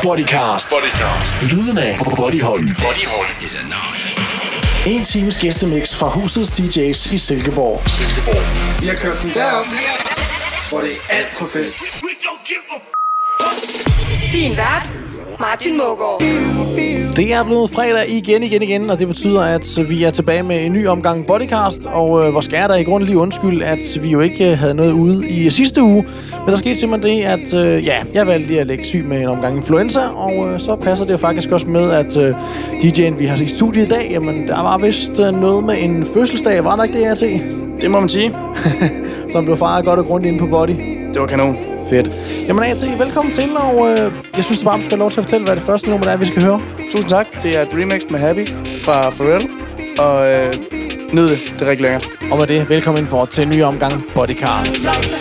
Bodycast. Lyden af Bodyhold. En times gæstemix fra husets DJ's i Silkeborg. Vi har kørt den derop, hvor det er alt for fedt. Din vært, Martin Mågaard. Det er blevet fredag igen, og det betyder, at vi er tilbage med en ny omgang Bodycast. Og hvor skal jeg da i grunden lige undskylde, at vi jo ikke havde noget ude i sidste uge. Men der skete simpelthen det, at jeg valgte lige at lægge syg med en omgang influenza. Og så passer det jo faktisk også med, at DJ'en, vi har i studiet i dag, jamen der var vist noget med en fødselsdag. Var der ikke det, jeg se? Det må man sige. Som blev fejret godt og grundigt inde på Body. Det var kanon. Fedt. Jamen A.T., velkommen til, og jeg synes bare, du skal have lov til at fortælle, hvad det første nummer er, vi skal høre. Tusind tak. Det er et remix med Happy fra Pharrell, og nyd det. Det er rigtig lækkert. Og med det, velkommen ind for til en ny omgang Bodycast.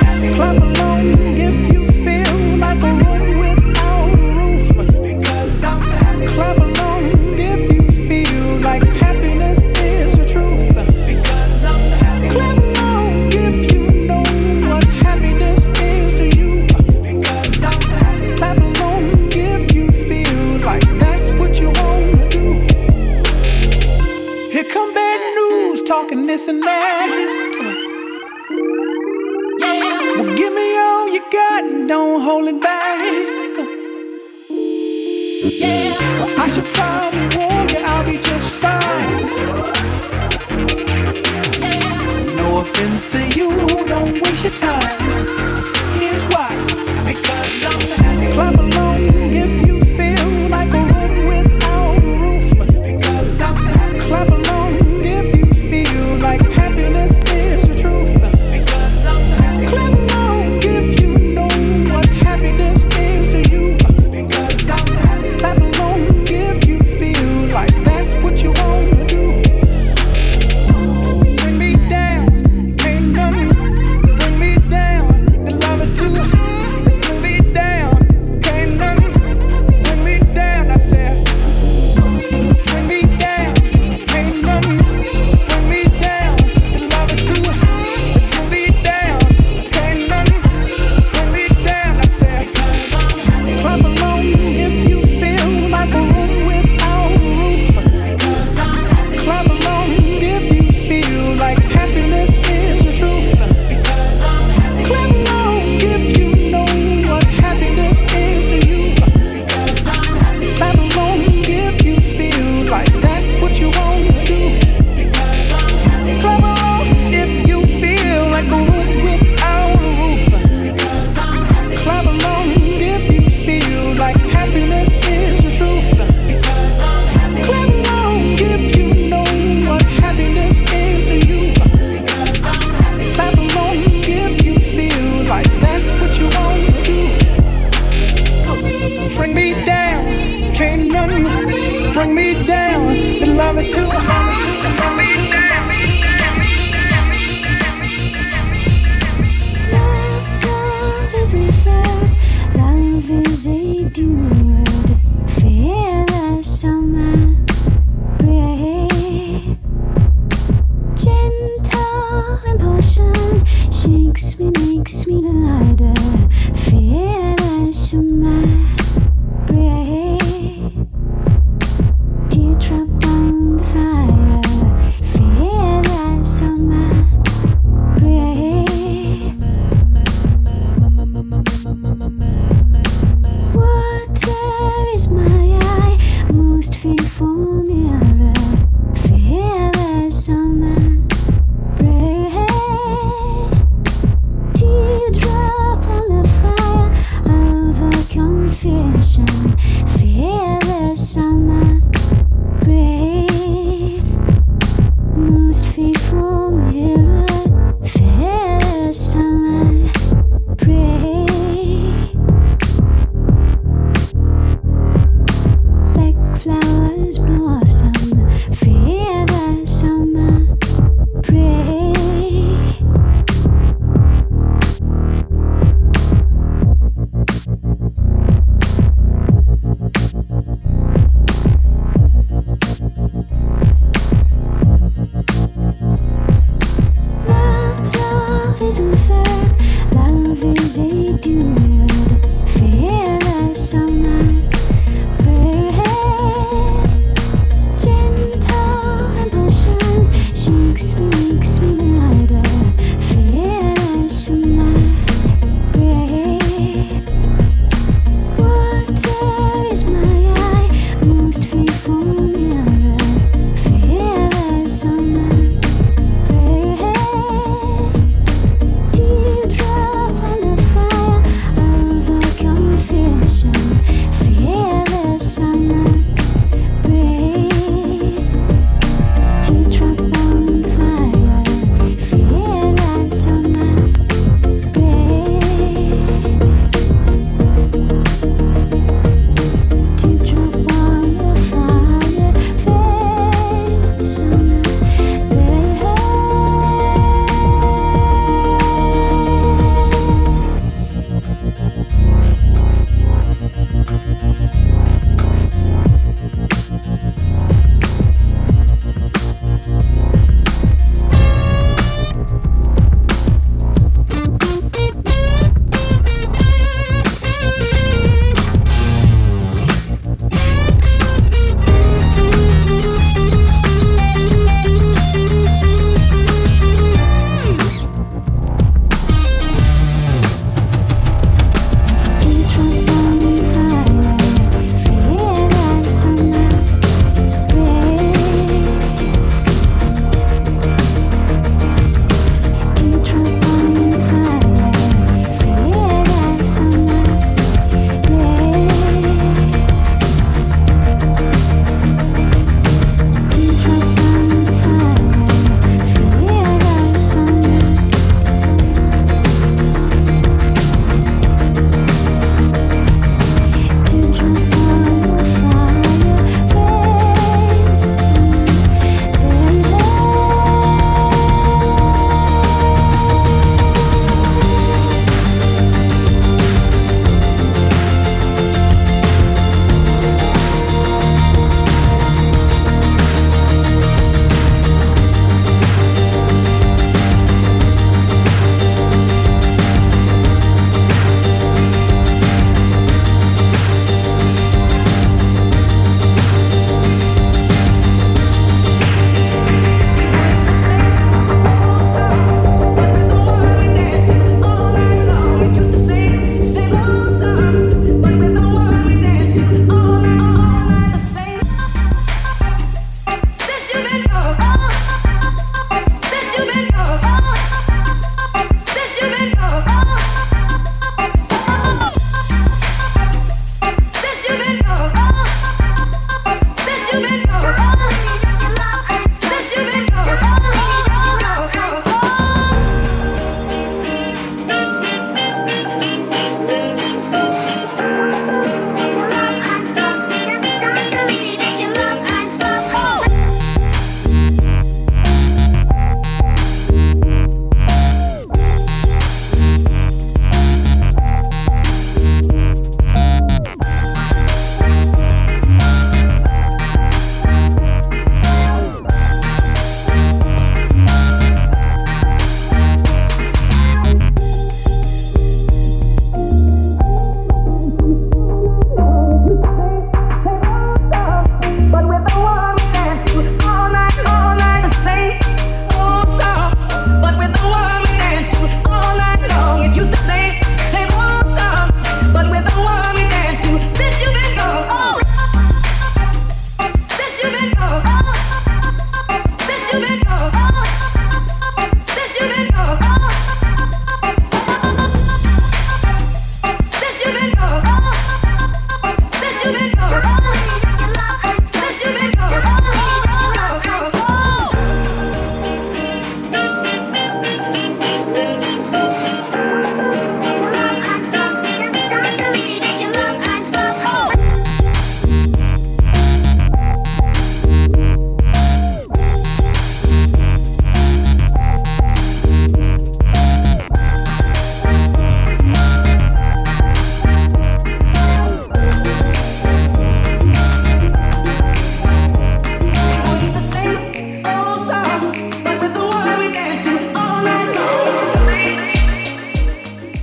Talking this and that. Well, give me all you got and don't hold it back. Well, I should probably warn you, I'll be just fine. No offense to you, don't waste your time. Here's why. Because I'm happy. Clap along if you feel like a room without a roof. Because I'm happy. Clap along like happiness is the truth. Because I'm happy. Clap along if you know what happiness is to you. Because I'm happy. Clap along if you feel like that's what you wanna do. Bring me down, can't nothing bring me down. The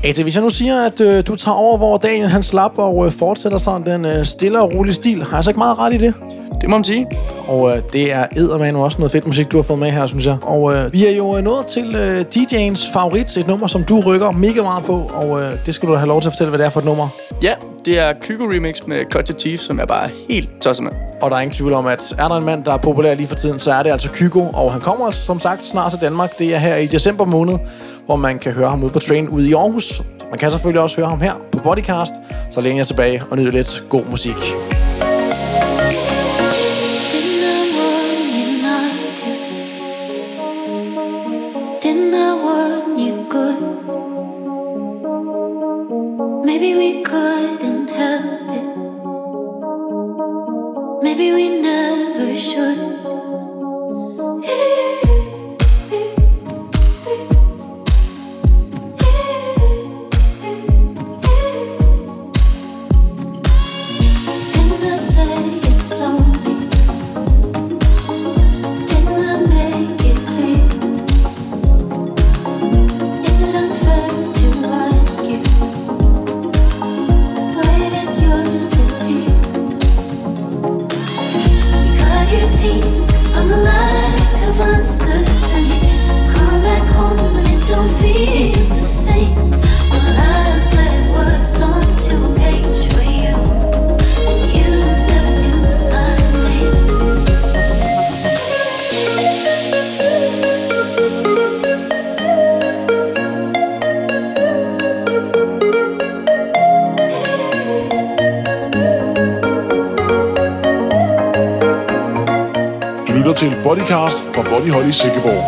AT, hvis jeg nu siger, at du tager over, hvor Daniel han slap og fortsætter sådan den stille og rolige stil, har jeg så ikke meget ret i det? Det må man sige. Og det er eddermame også noget fedt musik, du har fået med her, synes jeg. Og vi er jo nået til DJ'ens favorit, et nummer, som du rykker mega meget på. Og det skal du da have lov til at fortælle, hvad det er for et nummer. Ja, det er Kygo Remix med Cut Your Teeth, som jeg bare er helt tosset med. Og der er ingen tvivl om, at er der en mand, der er populær lige for tiden, så er det altså Kygo. Og han kommer som sagt snart til Danmark. Det er her i december måned, hvor man kan høre ham ude på Train ude i Aarhus. Man kan selvfølgelig også høre ham her på Bodycast. Så læner jeg tilbage og nyder lidt god musik. Maybe we couldn't help it. Maybe we never should. Didn't I say it slowly? Didn't I make it clear? Is it unfair to ask you? On the lack of answers, and you come back home and it don't feel the same. Well, I played words onto a page for you, and you never knew my Til Bodycast fra Bodyhold i Silkeborg.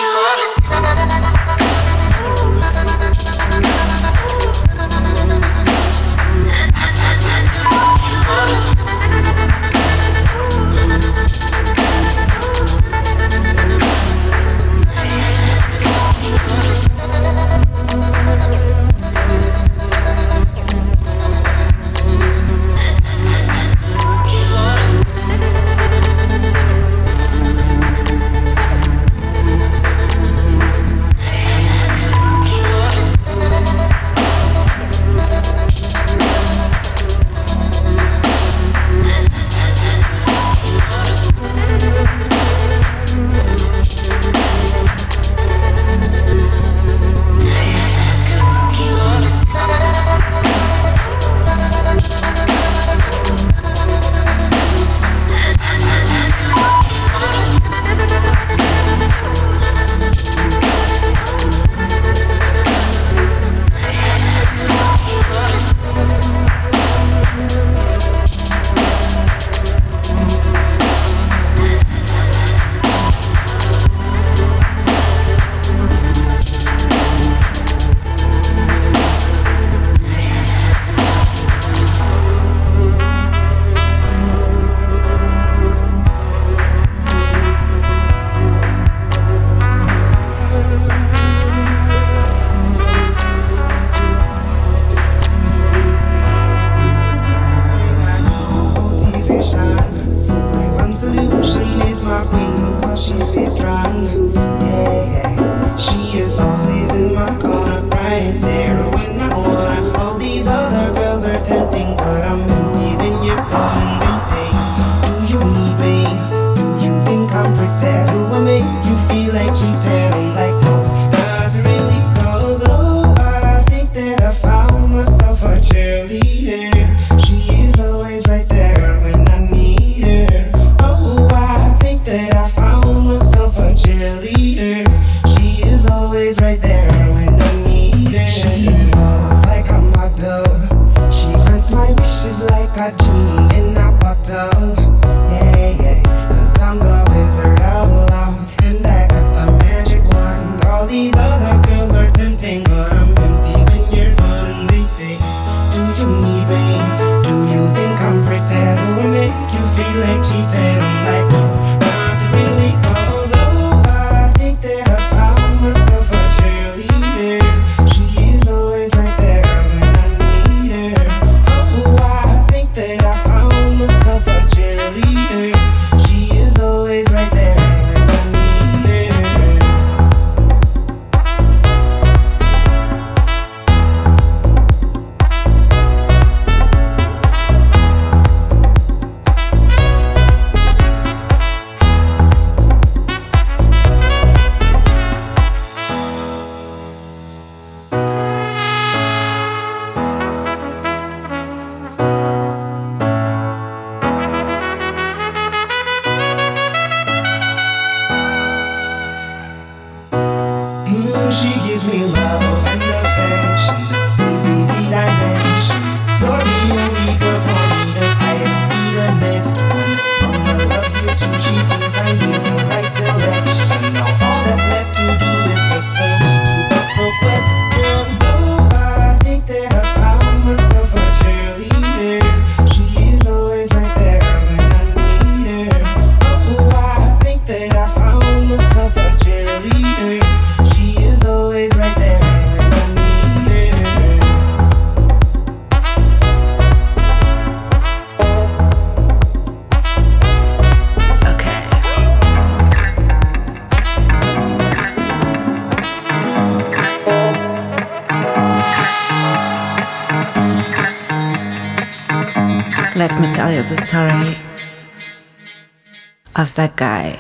Let me tell you the story of that guy.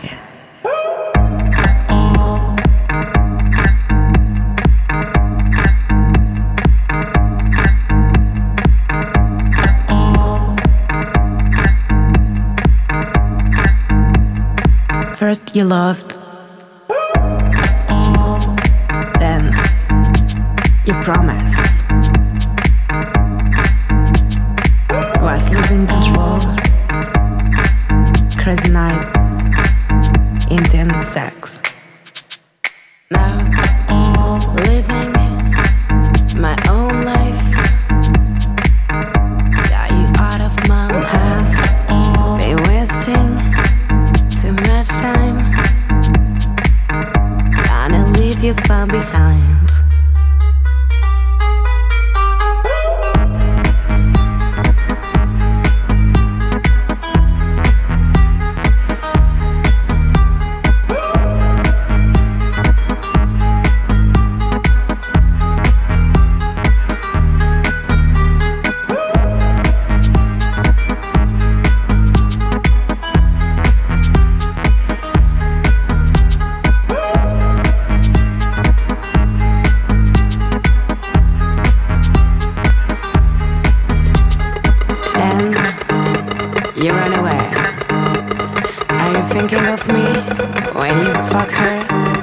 First you loved, then you promised. Was losing control, crazy night, intense sex. Now, living my own life. Got you out of my path. Been wasting too much time. Gonna leave you far behind. You run away. Are you thinking of me when you fuck her?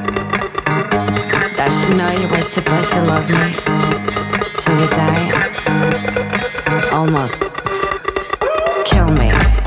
Does she know you were supposed to love me till you die? Almost kill me.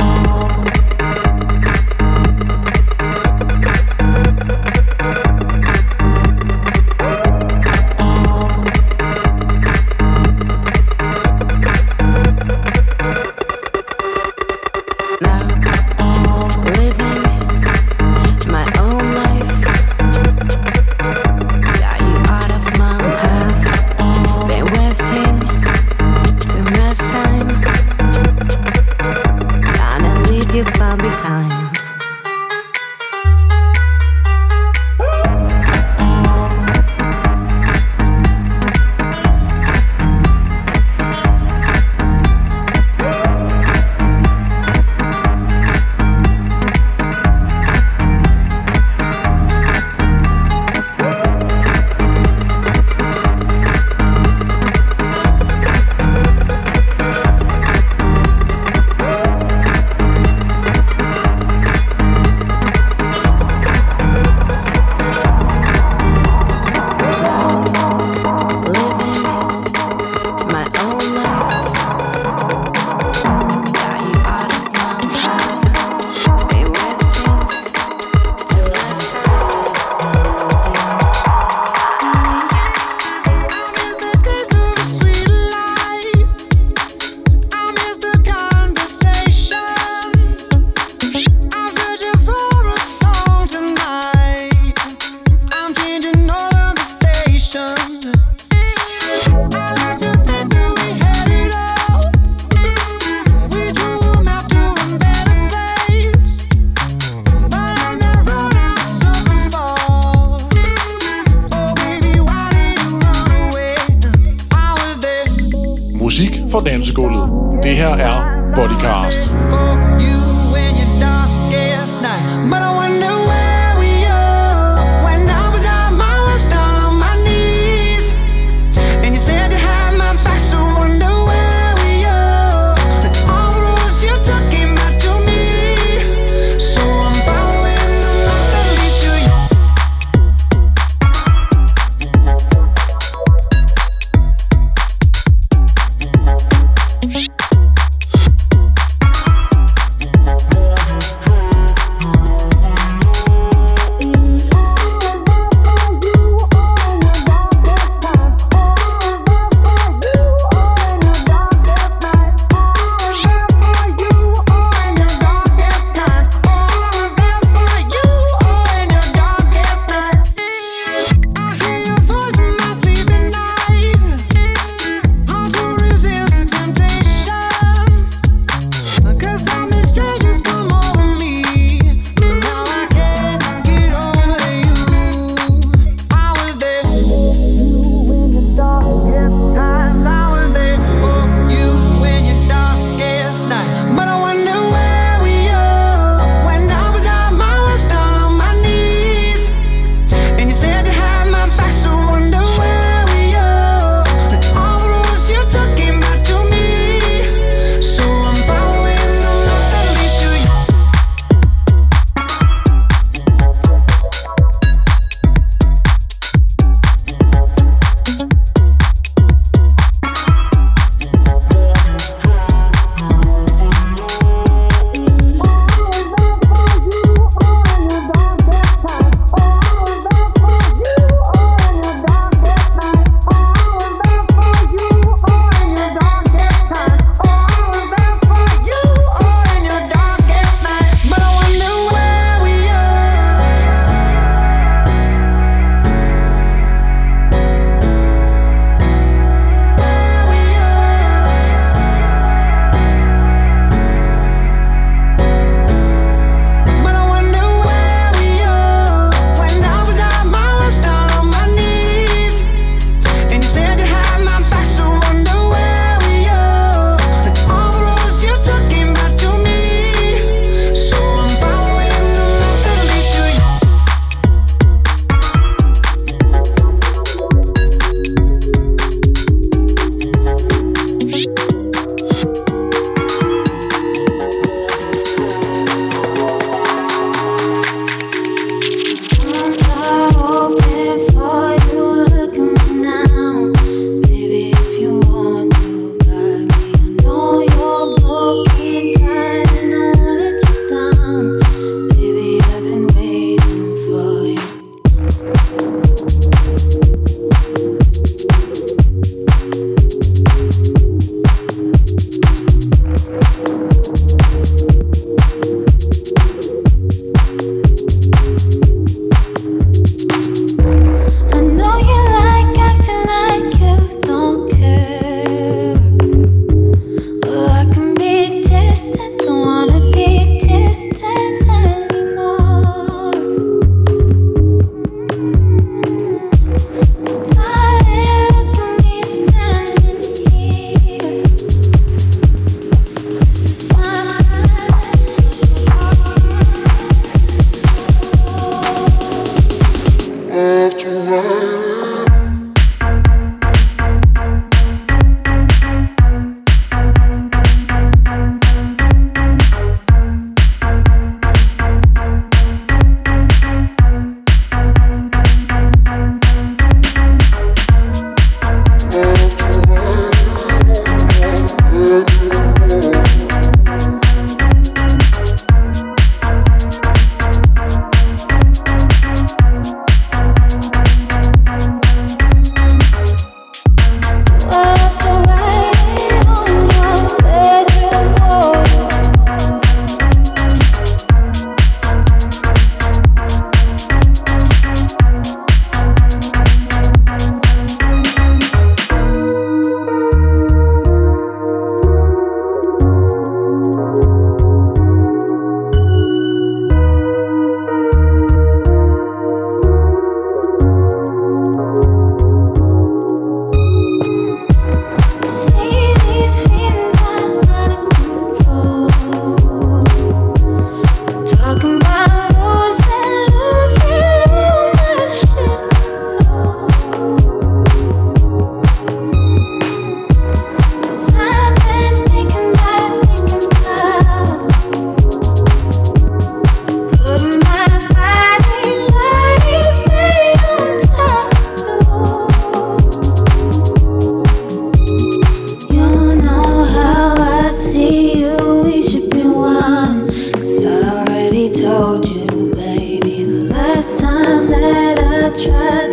for dansegulvet. Det her er Bodycast.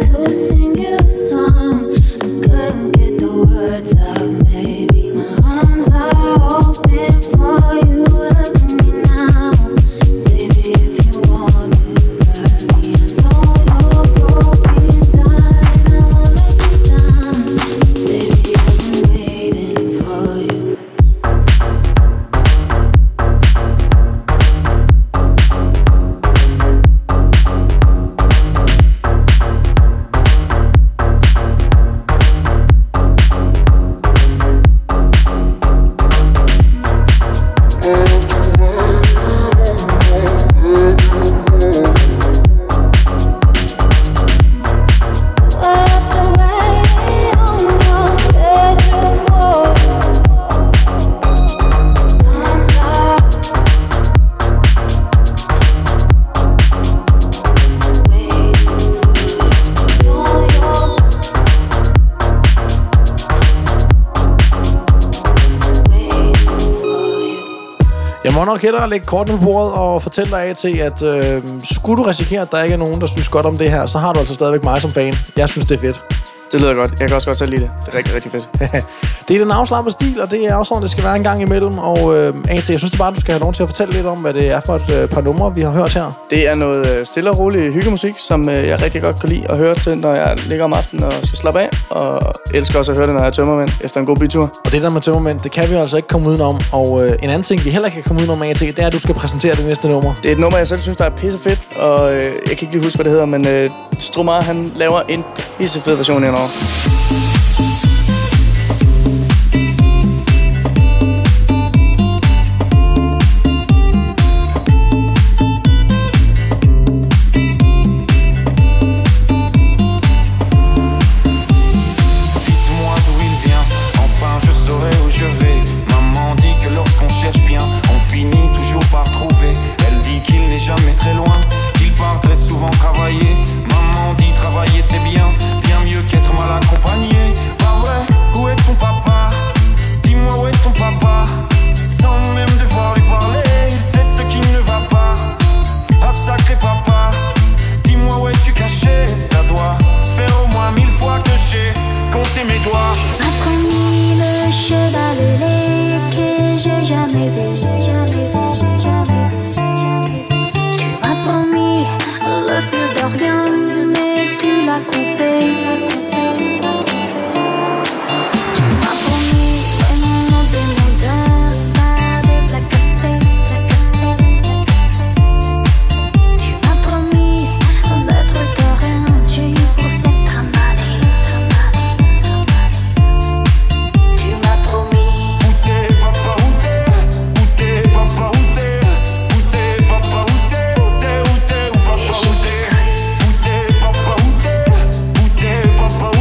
Jeg må nok hellere lægge kortene på bordet og fortælle dig af til, at skulle du risikere, at der ikke er nogen, der synes godt om det her, så har du altså stadigvæk mig som fan. Jeg synes, det er fedt. Det lyder godt. Jeg kan også godt selv lide det. Det er rigtig, rigtig fedt. Det er den afslappede stil, og det er også sådan, det skal være en gang imellem. Og A.T., jeg synes det bare, du skal have nogen til at fortælle lidt om, hvad det er for et par numre, vi har hørt her. Det er noget stille og rolig hyggemusik, som jeg rigtig godt kan lide at høre til, når jeg ligger om aftenen og skal slappe af. Og elsker også at høre det, når jeg er tømmermænd efter en god bytur. Og det der med tømmermænd, det kan vi altså ikke komme udenom. Og en anden ting, vi heller ikke kan komme udenom, A.T., det er, at du skal præsentere det næste nummer. Det er et nummer, jeg selv synes, der er pissefedt, og jeg kan ikke lige huske, hvad det hedder, men Stromae, han laver en pissefed version indover. Papa,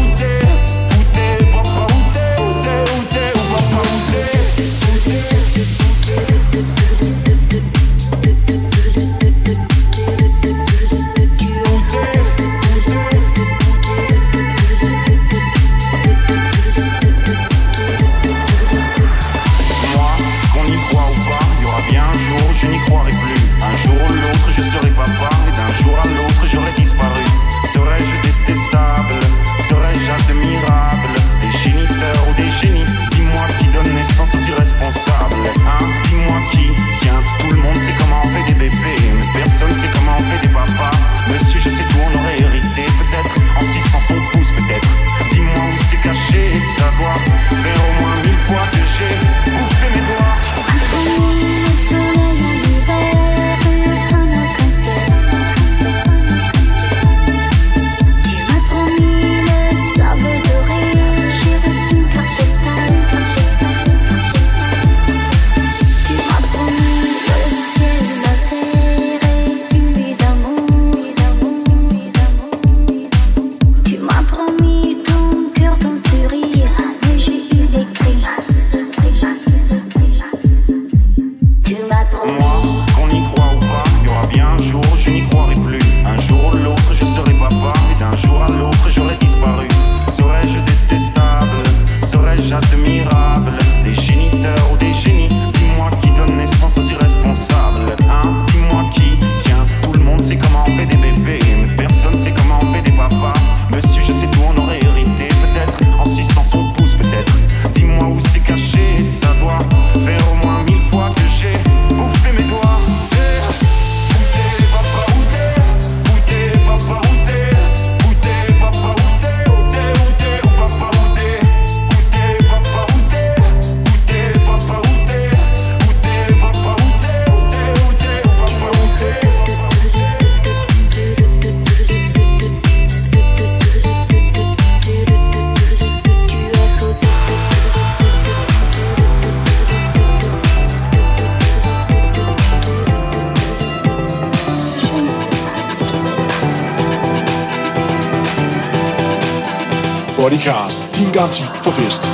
Bodycast. Din garanti for fest.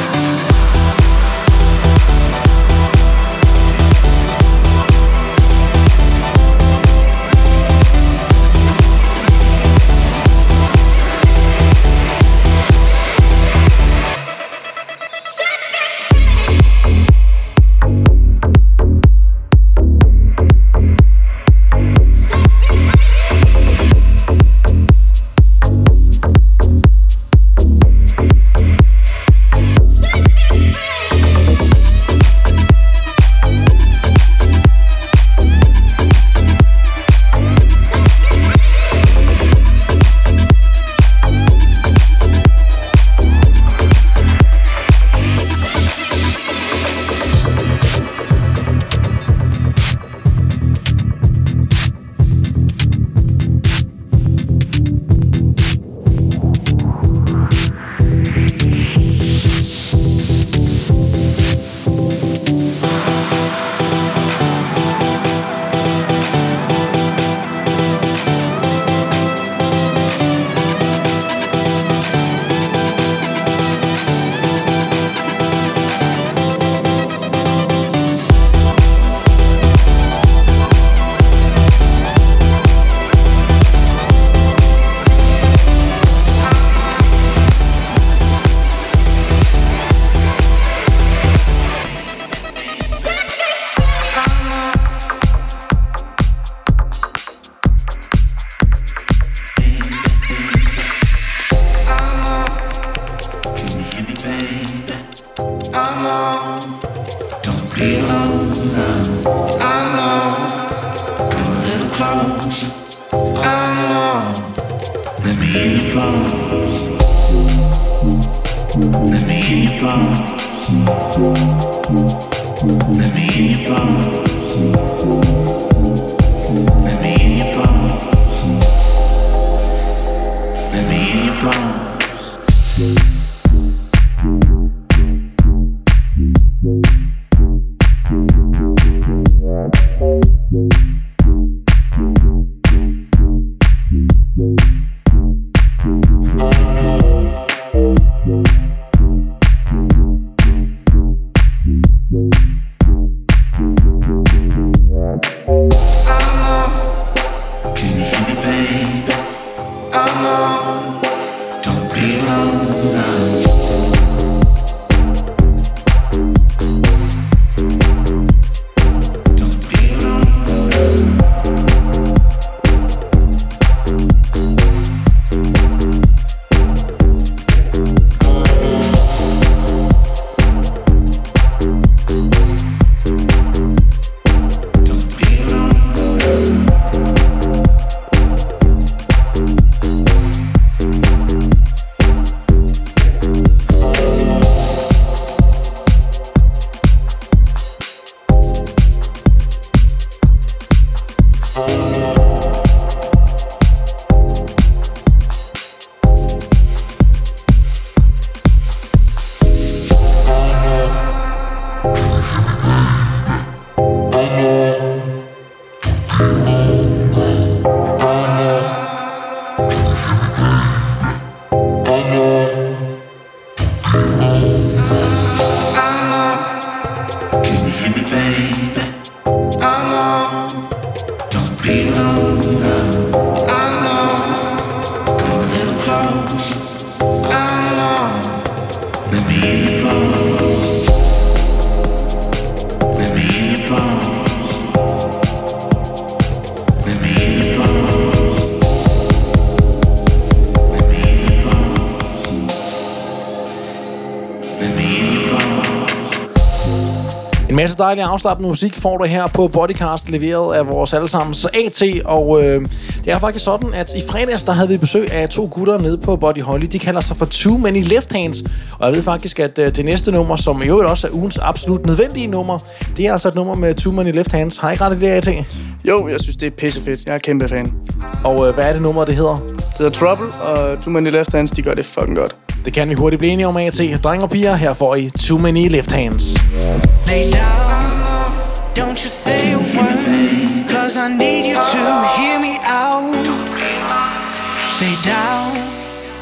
En masse dejlig afslappende musik får du her på Bodycast, leveret af vores allesammens AT, og det er faktisk sådan, at i fredags, der havde vi besøg af to gutter nede på Body Holly. De kalder sig for Too Many Left Hands, og jeg ved faktisk, at det næste nummer, som i øvrigt også er ugens absolut nødvendige nummer, det er altså et nummer med Too Many Left Hands. Har I ikke ret i det, AT? Jo, jeg synes, det er pissefedt. Jeg er kæmpe fan. Og hvad er det nummer, det hedder? Det hedder Trouble, og Too Many Left Hands, de gør det fucking godt. Det kan vi hurtigt blive enige om, AT. Drenge og piger, her får I Too Many Left Hands. Lay down, don't you say a word, 'cause I need you to hear me out. Stay down,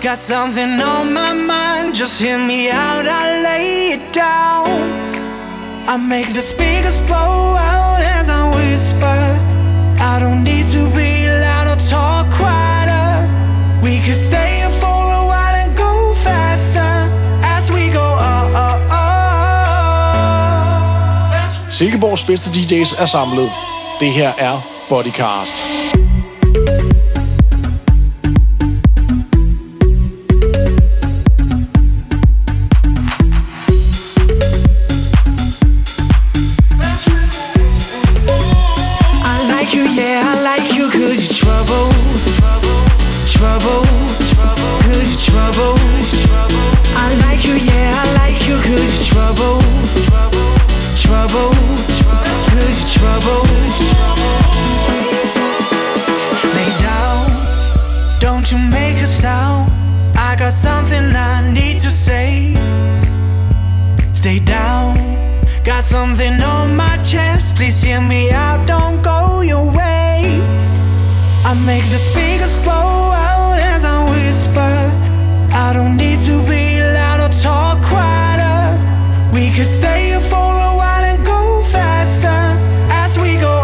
Got something on my mind, just hear me out, I lay it down. I make the speakers blow out as I whisper. I don't need to be loud or talk quieter. We could stay here for a while and go faster as we go Silkeborgs bedste DJ's er samlet. Det her er Bodycast. Something on my chest, please hear me out, don't go your way. I make the speakers blow out as I whisper. I don't need to be loud or talk quieter. We could stay here for a while and go faster as we go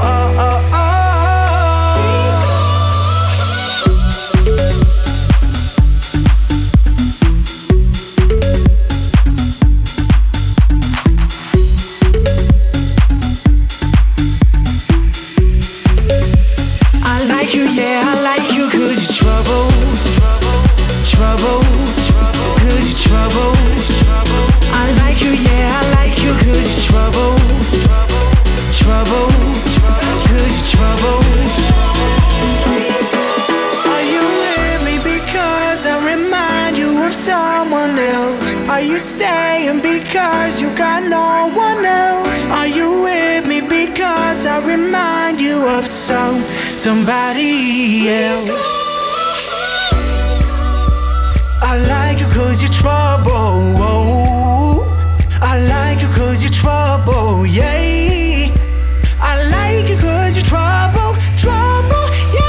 staying because you got no one else? Are you with me because I remind you of somebody else? I like you cause you're trouble. I like you cause you're trouble, yeah. I like you cause you're trouble, yeah.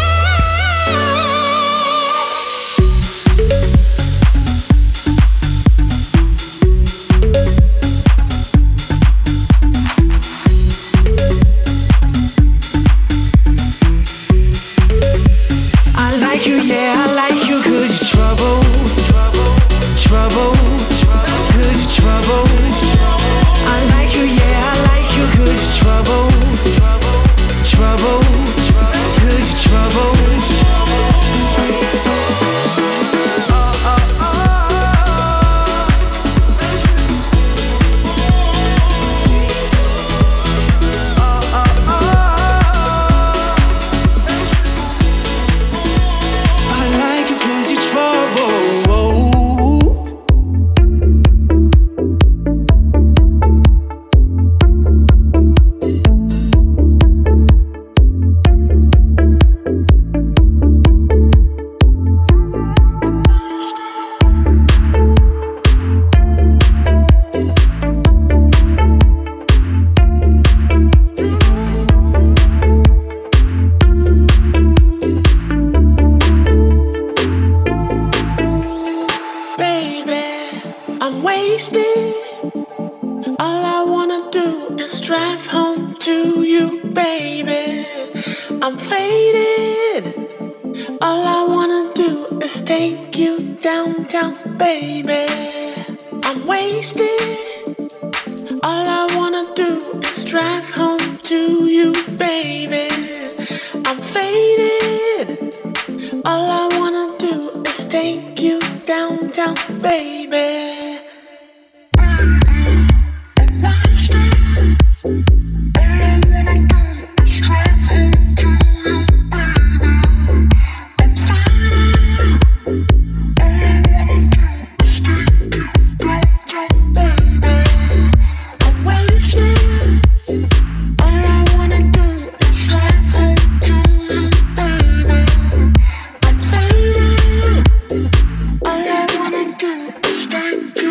Stay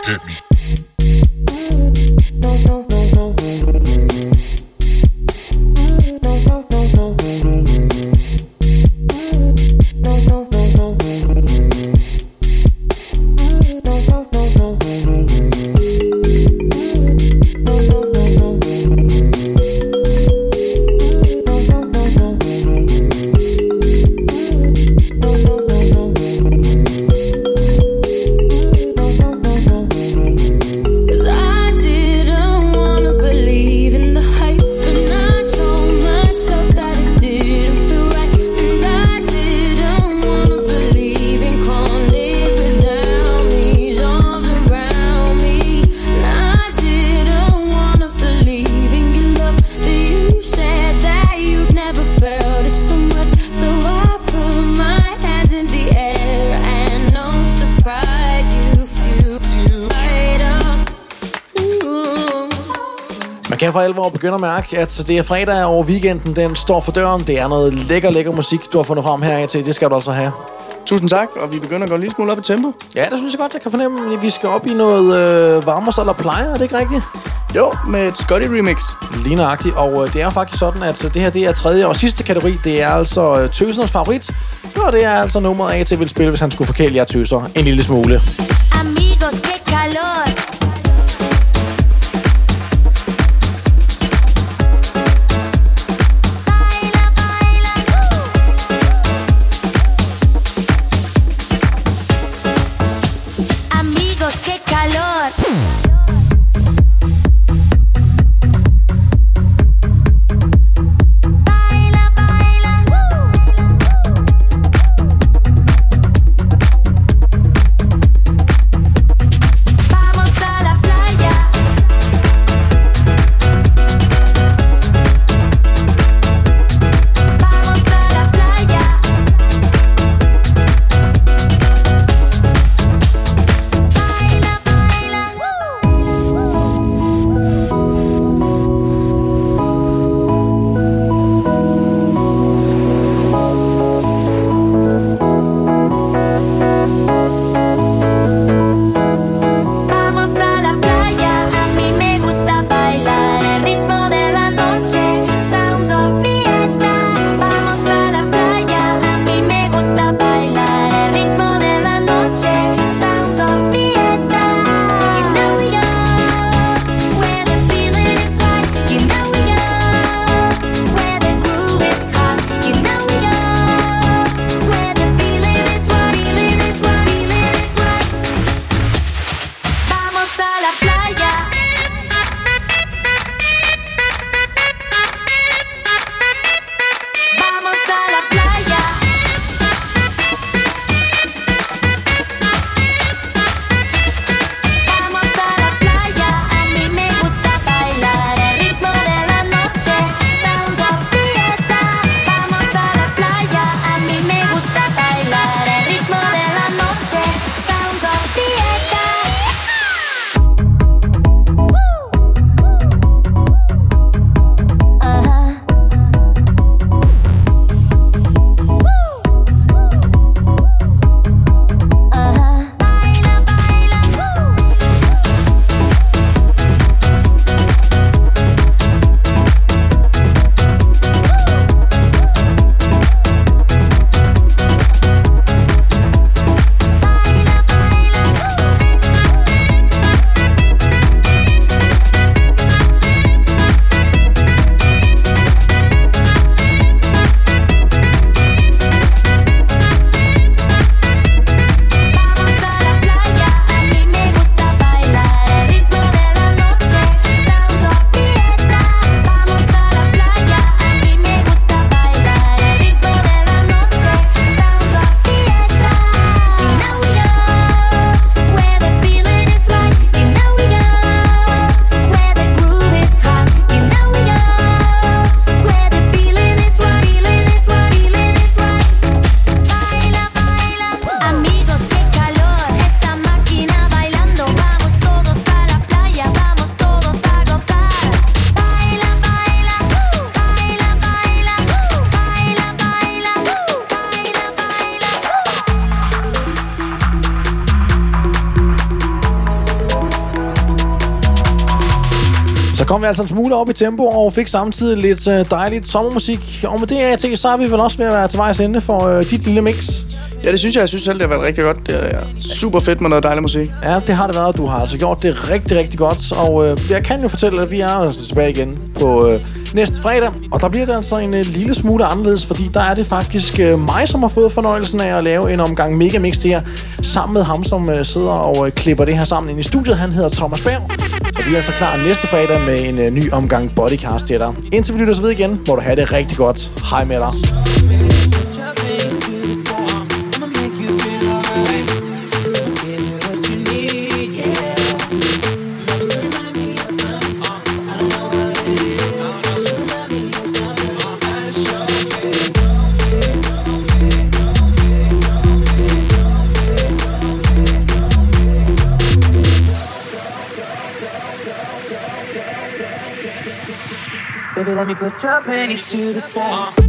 at me. Man kan for alvor begynde at mærke, at det er fredag over weekenden. Den står for døren. Det er noget lækker musik, du har fundet frem her til. Det skal du altså have. Tusind tak, og vi begynder at gå lige smule op i tempo. Ja, det synes jeg godt, jeg kan fornemme. Vi skal op i noget varmere eller plejer, er det ikke rigtigt? Jo, med et Scotty remix. Lige nøjagtigt, og det er faktisk sådan, at det her det er tredje og sidste kategori. Det er altså tøsernes favorit. Og det er altså nummeret A til vil spille, hvis han skulle forkæle jer tøser en lille smule. Amigos, qué calor. kom vi altså en smule op i tempo og fik samtidig lidt dejligt sommermusik. Og med det AT, så er vi vel også ved at være til vejs ende for dit lille mix. Ja, det synes jeg. Jeg synes selv, det har været rigtig godt. Det er super fedt med noget dejlig musik. Ja, det har det været. Du har altså gjort det rigtig, rigtig godt. Og jeg kan jo fortælle, at vi er altså tilbage igen på næste fredag. Og der bliver det altså en lille smule anderledes, fordi der er det faktisk mig, som har fået fornøjelsen af at lave en omgang Megamix det her, sammen med ham, som sidder og klipper det her sammen ind i studiet. Han hedder Thomas Berg. Og vi er altså klar næste fredag med en ny omgang Bodycast til dig. Indtil vi lytter så ved igen, må du have det rigtig godt. Hej med dig. Baby, let me put your panties to the side.